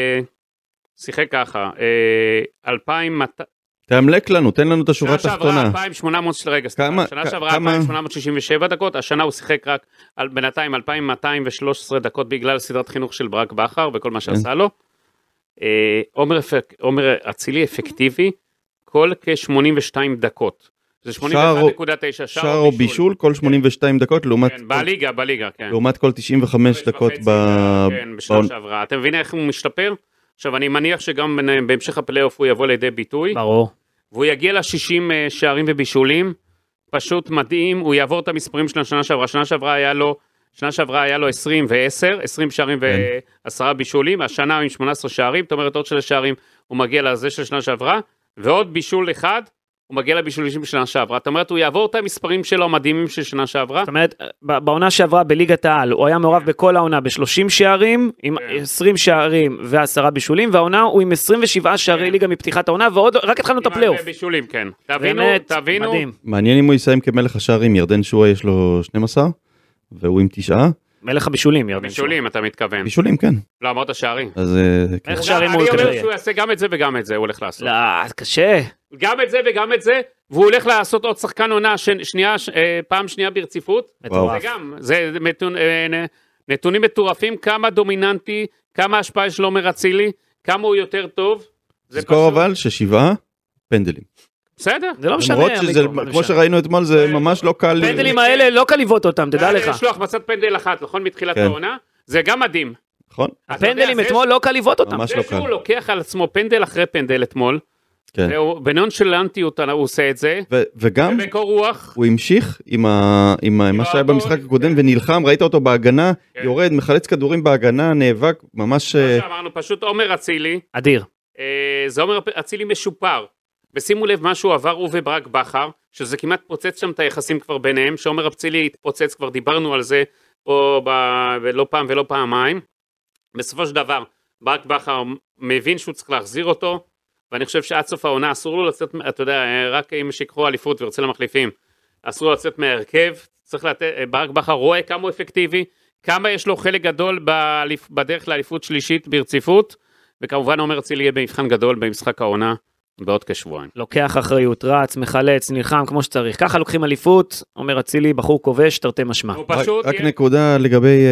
ככה, 2,200... תאמלק לנו, תן לנו את השורה התחתונה. שנה שעברה 2,867 דקות, השנה הוא שיחק רק בינתיים 2,213 דקות בגלל סדרת חינוך של ברק בכר וכל מה שעשה לו. עומר אצילי אפקטיבי כל כ-82 דקות. זה 81.9 שער או בישול כל 82 דקות לעומת... בליגה, כן. לעומת כל 95 דקות בשנה שעברה. אתם מבינים איך הוא משתפר? עכשיו אני מניח שגם בהמשך הפלייאוף הוא יבוא לידי ביטוי. ברור. והוא יגיע ל-60 שערים ובישולים, פשוט מדהים, הוא יעבור את המספרים של השנה שעברה. שנה שעברה היה לו 20 ו-10, 20 שערים ו10 בישולים, השנה עם 18 שערים, זאת אומרת עוד 3 שערים הוא מגיע לזה של שנה שעברה, ועוד בישול אחד, הוא מגיע לבישולים של שנה שעברה. זאת אומרת, הוא יעבור את המספרים שלו המדהימים של שנה שעברה. זאת אומרת, בעונה שעברה בליגת העל, הוא היה מעורב בכל העונה ב-30 שערים, עם 20 שערים ו10 בישולים, והעונה הוא עם 27 שערי ליגה מפתיחת העונה, ועוד רק התחלנו את הפלייאוף. בישולים, כן. תבינו. מעניין אם הוא יסיים כמלך השערים, ירדן שואה יש לו 12, והוא עם 9. מלך הבישולים, ירדן שואה. בישולים, אתה מתכוון. בישולים, כן. לא, אמרת שערים. אז... מלך שערים הוא אני אומר שהוא יעשה גם את זה וגם את זה, הוא הולך לעשות. לא, קשה. גם את זה וגם את זה, והוא הולך לעשות עוד שחקן עונה פעם שנייה ברציפות. זה נתונים מטורפים, כמה דומיננטי, כמה השפעה יש לעומר אצילי, כמה הוא יותר טוב. זכור אבל ש7 פנדלים. בסדר. זה לא משנה. למרות שזה, כמו שראינו אתמול, זה ממש לא קל. פנדלים האלה לא קל לבעוט אותם, תדע לך. יש לו החמצת פנדל אחת, נכון? מתחילת העונה. זה גם מדהים. נכון. הפנדלים אתמול לא קל לבעוט אותם. ממש לא זה קל. שהוא לוקח על עצמו פנדל אחרי פנדל אתמול, בנונשלנטיות הוא עושה את זה, וגם ובקור רוח. הוא המשיך עם מה שהיה במשחק הקודם ונלחם, ראית אותו בהגנה, יורד, מחלץ כדורים בהגנה, נאבק, ממש... אמרנו, פשוט עומר אצילי. אדיר. זה עומר אצילי משופר. ושימו לב מה שהוא עבר הוא וברק בכר, שזה כמעט פוצץ שם את היחסים כבר ביניהם, שעומר אצילי התפוצץ, כבר דיברנו על זה, ולא פעם ולא פעמיים. בסופו של דבר, ברק בכר מבין שהוא צריך להחזיר אותו, ואני חושב שעד סוף העונה אסור לו לצאת, אתה יודע, רק אם שיקחו אליפות וירצה למחליפים, אסור לו לצאת מהרכב, צריך לתת, ברק בכר רואה כמה הוא אפקטיבי, כמה יש לו חלק גדול בדרך לאליפות שלישית ברציפות, וכמובן עומר אצילי יהיה במבחן גדול במשחק העונה, בעוד כשבועיים. לוקח אחריות, רץ, מחלץ, נלחם כמו שצריך, ככה לוקחים אליפות, עומר אצילי, בחור כובש, תרתי משמע. רק נקודה לגבי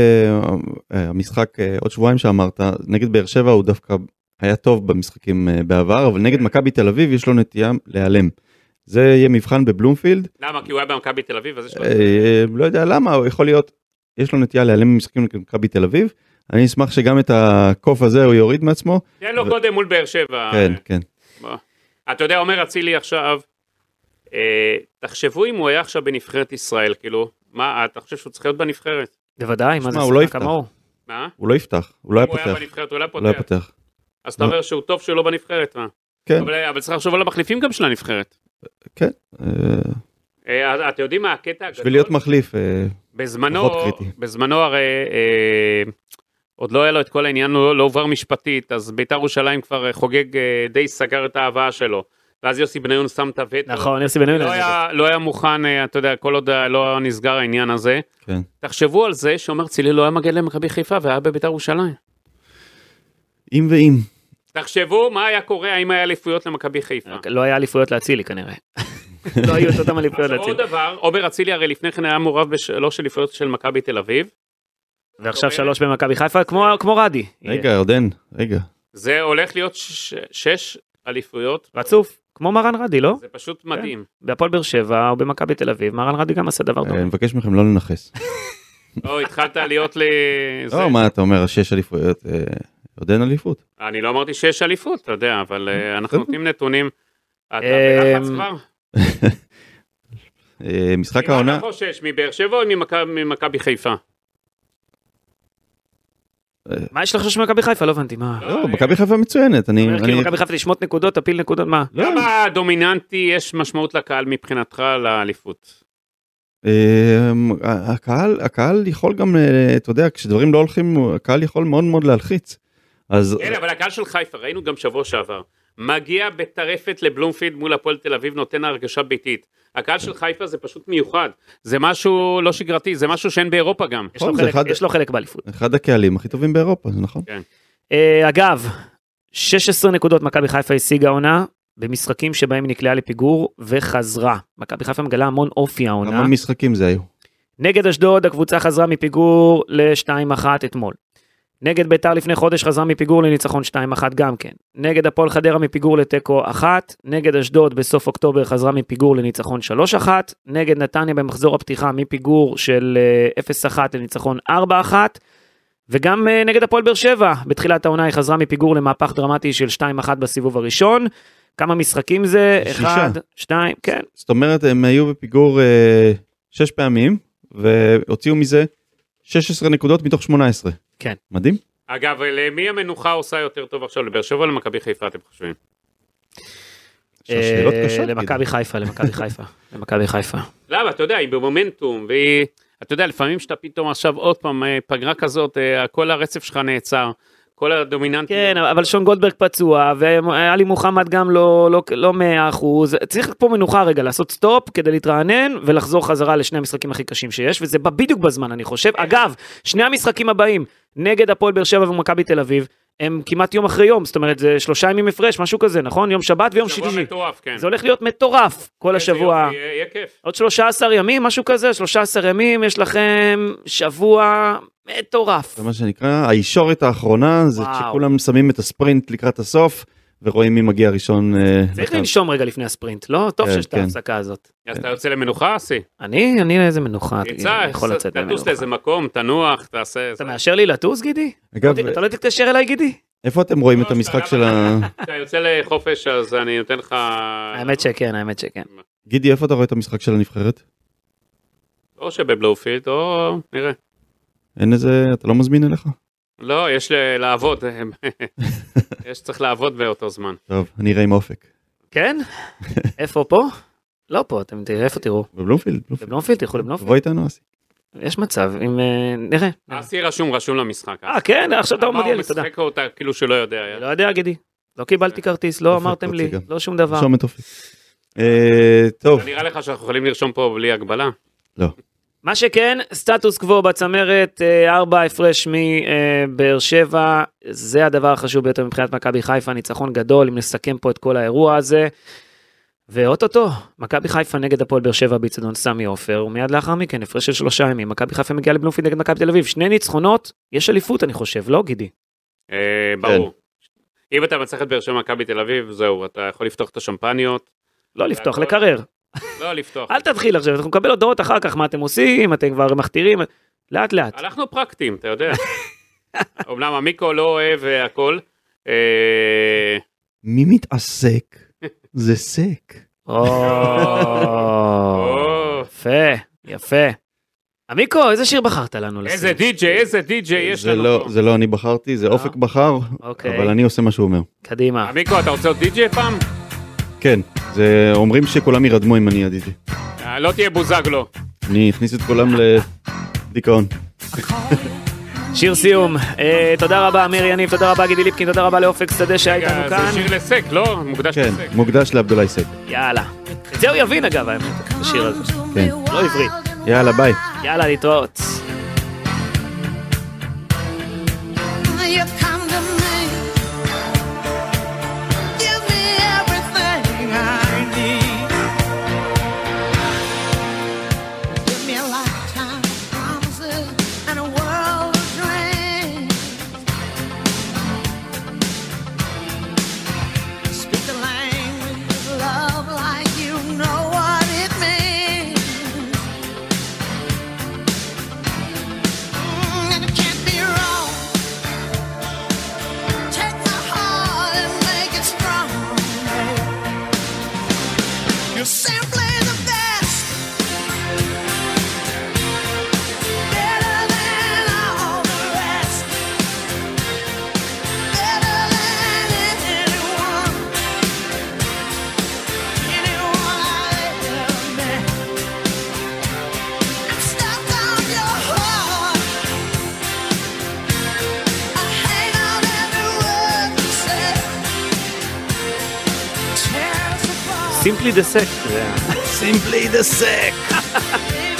המשחק עוד שבועיים שאמרת, נגד באר שבע הוא דווקא היה טוב במשחקים בעבר, אבל נגד מכבי תל אביב יש לו נטייה להיעלם. זה יהיה מבחן בבלומפילד. למה? כי הוא היה במכבי תל אביב, אז יש לו... לא יודע למה, הוא יכול להיות, יש לו נטייה להיעלם במשחקים נגד מכבי תל אביב, אני אשמח שגם את הקוף הזה הוא יוריד מעצמו. תן לו קודם מול באר שבע. כן, כן. אתה יודע, עומר אצילי עכשיו, תחשבו אם הוא היה עכשיו בנבחרת ישראל, כאילו, מה, אתה חושב שהוא צריך להיות בנבחרת? בוודאי, מה זה הוא לא שחק יפתח. כמוהו? מה? הוא לא יפתח, הוא לא היה אם הוא היה פותח. בנבחרת, הוא לא הוא לא היה פותח. פותח. אז אתה אומר שהוא טוב שהוא לא בנבחרת, מה? כן. אבל צריך לחשוב על המחליפים גם של הנבחרת. כן. אתם יודעים מה הקטע הגדול? בשביל להיות מחליף, פחות קריטי. בזמנו הרי עוד לא היה לו את כל העניין, לא עובר משפטית, אז בית"ר ירושלים כבר חוגג די סגר את האהבה שלו. ואז יוסי בניון שם את הווטו. נכון, יוסי בניון. לא היה מוכן, אתה יודע, כל עוד לא נסגר העניין הזה. כן. תחשבו על זה שעומר צילי לא היה מגיע למכבי חיפה והיה בבית"ר ירושלים. אם ואם. תחשבו מה היה קורה האם היה אליפויות למכבי חיפה. לא היה אליפויות להצילי כנראה. לא היו את אותם אליפויות להצילי. עוד דבר, עומר אצילי הרי לפני כן היה מעורב בשלוש אליפויות של מכבי תל אביב. ועכשיו 3 במכבי חיפה, כמו רדי. רגע, ירדן, רגע. זה הולך להיות 6 אליפויות. רצוף, כמו מרן רדי, לא? זה פשוט מדהים. בהפועל באר שבע או במכבי תל אביב, מרן רדי גם עשה דבר טוב. אני מבקש מכם לא לנחס. התחלת להיות לי... לא, מה אתה אומר, 6 אליפויות, עוד אין אליפות. אני לא אמרתי 6 אליפות, אתה יודע, אבל אנחנו נותנים נתונים. אתה בלחץ כבר? משחק העונה... מה אתה חושש, מבאר שבע או ממכבי חיפה? מה יש לך חושש ממכבי חיפה? לא הבנתי, מה? לא, מכבי חיפה מצוינת. מכבי חיפה תשמוט נקודות, תפיל נקודות, מה? כמה דומיננטי יש משמעות לקהל מבחינתך לאליפות? הקהל יכול גם, אתה יודע, כשדברים לא הולכים, הקהל יכול מאוד מאוד להלחיץ. כן, אבל הקהל של חיפה, ראינו גם שבוע שעבר, מגיע בטרפת לבלומפילד מול הפועל תל אביב, נותן הרגשה ביתית. הקהל של חיפה זה פשוט מיוחד, זה משהו לא שגרתי, זה משהו שאין באירופה גם. יש לו חלק באליפות. אחד הקהלים הכי טובים באירופה, זה נכון. אגב, 16 נקודות מכבי חיפה השיגה עונה, במשחקים שבהם היא נקלעה לפיגור וחזרה. מכבי חיפה מגלה המון אופי העונה. כמה משחקים זה היו? נגד אשדוד הקבוצה חזרה מפיגור ל-2-1 אתמול. נגד ביתר לפני חודש חזרה מפיגור לניצחון 2-1 גם כן. נגד הפועל חדרה מפיגור לתיקו 1. נגד אשדוד בסוף אוקטובר חזרה מפיגור לניצחון 3-1. נגד נתניה במחזור הפתיחה מפיגור של 0-1 לניצחון 4-1. וגם נגד הפועל באר שבע בתחילת העונה היא חזרה מפיגור למהפך דרמטי של 2-1 בסיבוב הראשון. כמה משחקים זה? 1, 2, כן. זאת אומרת הם היו בפיגור 6 פעמים והוציאו מזה 16 נקודות מתוך 18. כן. מדהים. אגב, למי המנוחה עושה יותר טוב עכשיו? לבאר שבע או למכבי חיפה, אתם חושבים? שאלות קשות. למכבי חיפה, למכבי חיפה. למה? אתה יודע, היא במומנטום, והיא, אתה יודע, לפעמים שאתה פתאום עכשיו עוד פעם, פגרה כזאת, כל הרצף שלך נעצר, כל הדומיננטים. כן, אבל שון גולדברג פצוע, ואלי מוחמד גם לא 100%. צריך פה מנוחה רגע, לעשות סטופ כדי להתרענן, ולחזור חזרה לשני המשחקים הכי קשים שיש, וזה בדיוק בזמן, אני חושב. אגב, שני המשחקים הבאים, נגד הפועל באר שבע ומכבי תל אביב, הם כמעט יום אחרי יום, זאת אומרת, זה 3 ימים הפרש, משהו כזה, נכון? יום שבת ויום שלישי. שבוע מטורף, כן. זה הולך להיות מטורף, כל השבוע. יהיה כיף. עוד 13 ימים, משהו כזה, 13 ימים, יש לכם שבוע מטורף. זה מה שנקרא, הישורת האחרונה, זה כשכולם שמים את הספרינט לקראת הסוף, ורואים מי מגיע ראשון. צריך לנשום רגע לפני הספרינט, לא? טוב שיש את ההפסקה הזאת. אז אתה יוצא למנוחה, אסי? אני איזה מנוחה. תטוס לאיזה מקום, תנוח, תעשה... אתה מאשר לי לטוס, גידי? אתה לא תתקשר אליי, גידי? איפה אתם רואים את המשחק של אתה יוצא לחופש, אז אני נותן לך... האמת שכן. גידי, איפה אתה רואה את המשחק של הנבחרת? או שבבלומפילד, או נראה. אין איזה, אתה לא מזמין אליך? לא, יש לעבוד, צריך לעבוד באותו זמן. טוב, אני אראה עם אופק. כן? איפה פה? לא פה, אתם תראו, איפה תראו? בבלומפילד. בבלומפילד, תלכו לבלומפילד. תבוא איתנו, אסי. יש מצב, אם נראה. אסי רשום למשחק. כן, עכשיו אתה מודיע לי, תודה. הוא משחק אותה כאילו שלא יודע. לא יודע, גידי. לא קיבלתי כרטיס, לא אמרתם לי, לא שום דבר. רשום את אופק. טוב. נראה לך שאנחנו יכולים לרשום פה בלי הגבלה? לא. מה שכן, סטטוס קוו בצמרת, 4 הפרש מבאר שבע, זה הדבר החשוב ביותר מבחינת מכבי חיפה, ניצחון גדול, אם נסכם פה את כל האירוע הזה, ואוטוטו, מכבי חיפה נגד הפועל באר שבע באצטדיון סמי עופר, ומיד לאחר מכן, הפרש של 3 ימים, מכבי חיפה מגיעה לבלומפילד נגד מכבי תל אביב, 2 ניצחונות, יש אליפות אני חושב, לא גידי? ברור. אם אתה מצליח את באר שבע מכבי תל אביב, זהו, אתה יכול לפתוח את השמפניות. לא לפתוח, לקרר. לא לפתוח. אל תתחיל עכשיו, אנחנו נקבל הודעות אחר כך מה אתם עושים, אתם כבר מכתירים, לאט לאט. אנחנו פרקטיים, אתה יודע. אומנם המיקרו לא אוהב הכל. מי מתעסק? זה סק. יפה. עמיקו, איזה שיר בחרת לנו? איזה די-ג'יי יש לנו פה. זה לא אני בחרתי, זה אופק בחר, אבל אני עושה מה שהוא אומר. קדימה. עמיקו, אתה רוצה עוד די-ג'יי פעם? כן, אומרים שכולם ירדמו אם אני עדיתי. לא תהיה בוזגלו. אני אכניס את כולם לדיכאון. שיר סיום, תודה רבה אמיר יניב, תודה רבה גידי ליפקין, תודה רבה לאופק שדה שהייתנו כאן. זה שיר לסק, לא? מוקדש כן, לסק. מוקדש לעבדולאי סק. יאללה. את זה הוא יבין אגב האמת, השיר הזה. כן. לא עברית. יאללה, ביי. יאללה, להתראות. Simply the Sec. Simply the Sec.